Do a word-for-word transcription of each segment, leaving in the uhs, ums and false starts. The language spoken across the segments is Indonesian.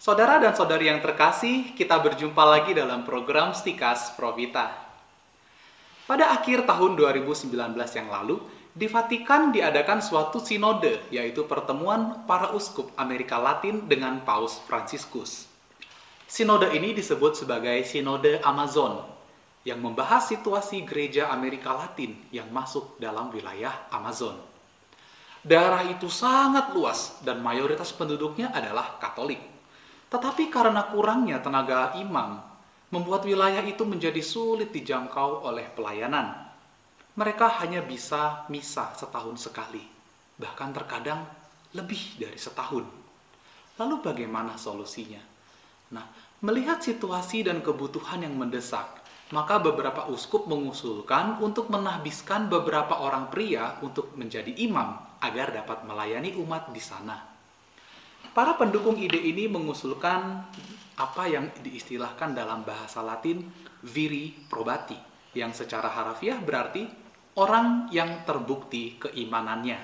Saudara dan saudari yang terkasih, kita berjumpa lagi dalam program Stikas Provita. Pada akhir tahun dua ribu sembilan belas yang lalu, di Vatikan diadakan suatu sinode, yaitu pertemuan para uskup Amerika Latin dengan Paus Fransiskus. Sinode ini disebut sebagai Sinode Amazon, yang membahas situasi gereja Amerika Latin yang masuk dalam wilayah Amazon. Daerah itu sangat luas dan mayoritas penduduknya adalah Katolik. Tetapi karena kurangnya tenaga imam, membuat wilayah itu menjadi sulit dijangkau oleh pelayanan. Mereka hanya bisa misa setahun sekali, bahkan terkadang lebih dari setahun. Lalu bagaimana solusinya? Nah, melihat situasi dan kebutuhan yang mendesak, maka beberapa uskup mengusulkan untuk menahbiskan beberapa orang pria untuk menjadi imam agar dapat melayani umat di sana. Para pendukung ide ini mengusulkan apa yang diistilahkan dalam bahasa Latin viri probati, yang secara harafiah berarti orang yang terbukti keimanannya,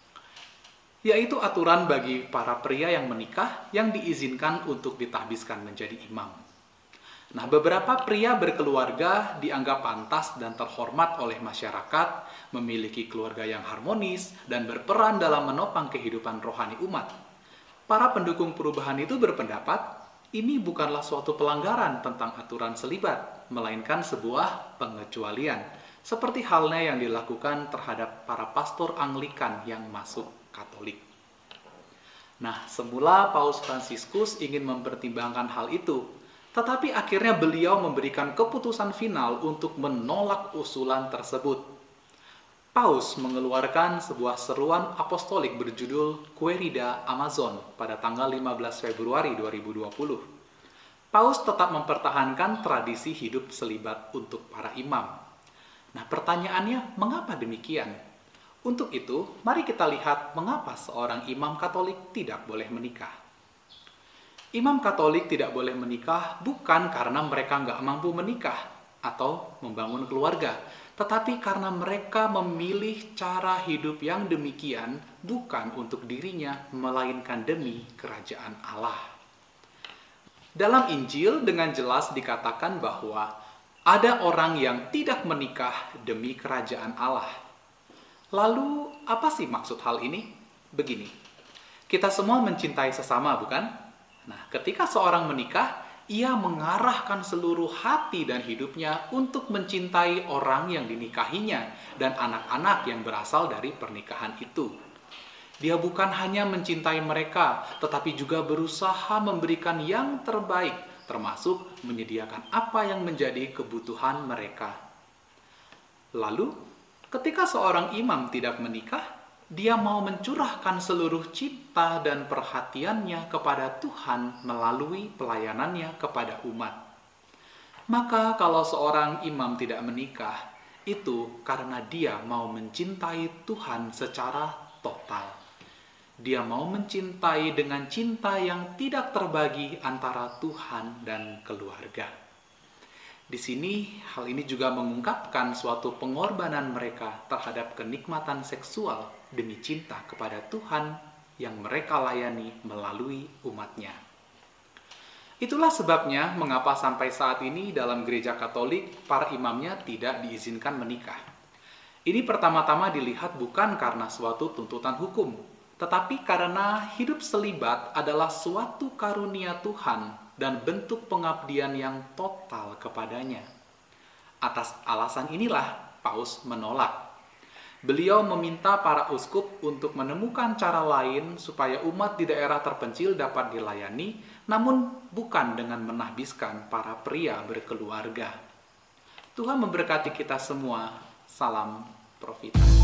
yaitu aturan bagi para pria yang menikah yang diizinkan untuk ditahbiskan menjadi imam. Nah, beberapa pria berkeluarga dianggap pantas dan terhormat oleh masyarakat, memiliki keluarga yang harmonis, dan berperan dalam menopang kehidupan rohani umat. Para pendukung perubahan itu berpendapat, ini bukanlah suatu pelanggaran tentang aturan selibat, melainkan sebuah pengecualian, seperti halnya yang dilakukan terhadap para pastor Anglikan yang masuk Katolik. Nah, semula Paus Fransiskus ingin mempertimbangkan hal itu, tetapi akhirnya beliau memberikan keputusan final untuk menolak usulan tersebut. Paus mengeluarkan sebuah seruan apostolik berjudul Querida Amazon pada tanggal lima belas Februari dua ribu dua puluh. Paus tetap mempertahankan tradisi hidup selibat untuk para imam. Nah, pertanyaannya, mengapa demikian? Untuk itu, mari kita lihat mengapa seorang imam Katolik tidak boleh menikah. Imam Katolik tidak boleh menikah bukan karena mereka nggak mampu menikah atau membangun keluarga, tetapi karena mereka memilih cara hidup yang demikian bukan untuk dirinya, melainkan demi kerajaan Allah. Dalam Injil dengan jelas dikatakan bahwa ada orang yang tidak menikah demi kerajaan Allah. Lalu, apa sih maksud hal ini? Begini, kita semua mencintai sesama, bukan? Nah, ketika seorang menikah, ia mengarahkan seluruh hati dan hidupnya untuk mencintai orang yang dinikahinya dan anak-anak yang berasal dari pernikahan itu. Dia bukan hanya mencintai mereka, tetapi juga berusaha memberikan yang terbaik, termasuk menyediakan apa yang menjadi kebutuhan mereka. Lalu, ketika seorang imam tidak menikah, dia mau mencurahkan seluruh cinta dan perhatiannya kepada Tuhan melalui pelayanannya kepada umat. Maka kalau seorang imam tidak menikah, itu karena dia mau mencintai Tuhan secara total. Dia mau mencintai dengan cinta yang tidak terbagi antara Tuhan dan keluarga. Di sini, hal ini juga mengungkapkan suatu pengorbanan mereka terhadap kenikmatan seksual demi cinta kepada Tuhan yang mereka layani melalui umatnya. Itulah sebabnya mengapa sampai saat ini dalam gereja Katolik, para imamnya tidak diizinkan menikah. Ini pertama-tama dilihat bukan karena suatu tuntutan hukum, tetapi karena hidup selibat adalah suatu karunia Tuhan dan bentuk pengabdian yang total kepadanya. Atas alasan inilah Paus menolak. Beliau meminta para uskup untuk menemukan cara lain supaya umat di daerah terpencil dapat dilayani, namun bukan dengan menahbiskan para pria berkeluarga. Tuhan memberkati kita semua. Salam Provita.